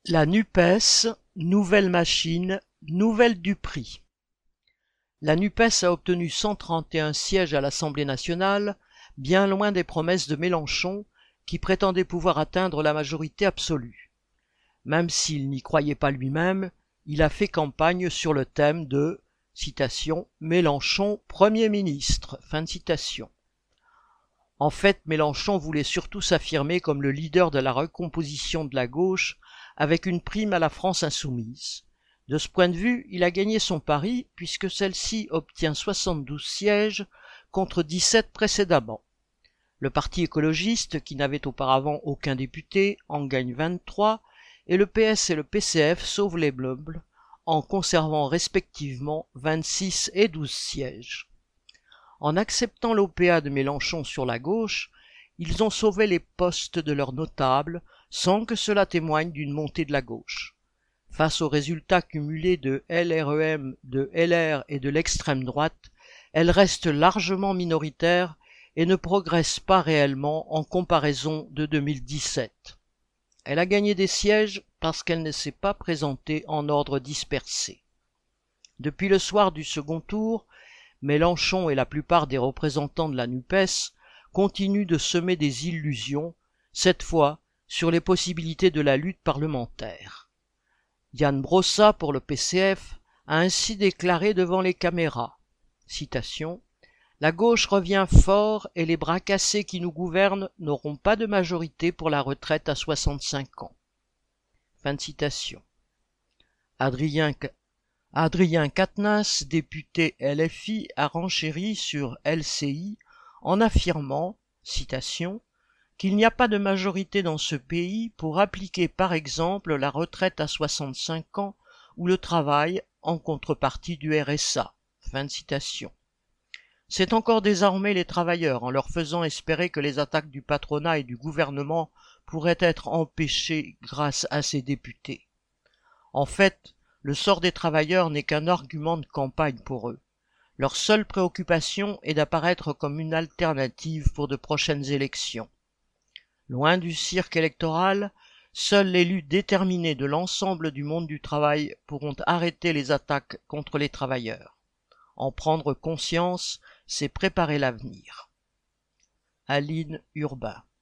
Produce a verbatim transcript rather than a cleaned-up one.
La NUPES, nouvelle machine, nouvelle du prix. La NUPES a obtenu cent trente et un sièges à l'Assemblée nationale, bien loin des promesses de Mélenchon, qui prétendait pouvoir atteindre la majorité absolue. Même s'il n'y croyait pas lui-même, il a fait campagne sur le thème de citation, « Mélenchon Premier ministre ». Fin de citation. En fait, Mélenchon voulait surtout s'affirmer comme le leader de la recomposition de la gauche avec une prime à la France insoumise. De ce point de vue, il a gagné son pari puisque celle-ci obtient soixante-douze sièges contre dix-sept précédemment. Le Parti écologiste, qui n'avait auparavant aucun député, en gagne vingt-trois et le P S et le P C F sauvent les meubles en conservant respectivement vingt-six et douze sièges. En acceptant l'O P A de Mélenchon sur la gauche, ils ont sauvé les postes de leurs notables sans que cela témoigne d'une montée de la gauche. Face aux résultats cumulés de L R E M, de L R et de l'extrême droite, elle reste largement minoritaire et ne progresse pas réellement en comparaison de deux mille dix-sept. Elle a gagné des sièges parce qu'elle ne s'est pas présentée en ordre dispersé. Depuis le soir du second tour, Mélenchon et la plupart des représentants de la NUPES continuent de semer des illusions, cette fois sur les possibilités de la lutte parlementaire. Yann Brossa, pour le P C F, a ainsi déclaré devant les caméras, citation, « La gauche revient fort et les bras cassés qui nous gouvernent n'auront pas de majorité pour la retraite à soixante-cinq ans. » Fin de citation. Adrien Adrien Quatennens, député L F I, a renchéri sur L C I en affirmant, citation, qu'il n'y a pas de majorité dans ce pays pour appliquer par exemple la retraite à soixante-cinq ans ou le travail en contrepartie du R S A. Fin de citation. C'est encore désormais les travailleurs en leur faisant espérer que les attaques du patronat et du gouvernement pourraient être empêchées grâce à ces députés. En fait, le sort des travailleurs n'est qu'un argument de campagne pour eux. Leur seule préoccupation est d'apparaître comme une alternative pour de prochaines élections. Loin du cirque électoral, seul les luttes déterminées de l'ensemble du monde du travail pourront arrêter les attaques contre les travailleurs. En prendre conscience, c'est préparer l'avenir. Aline Urbain.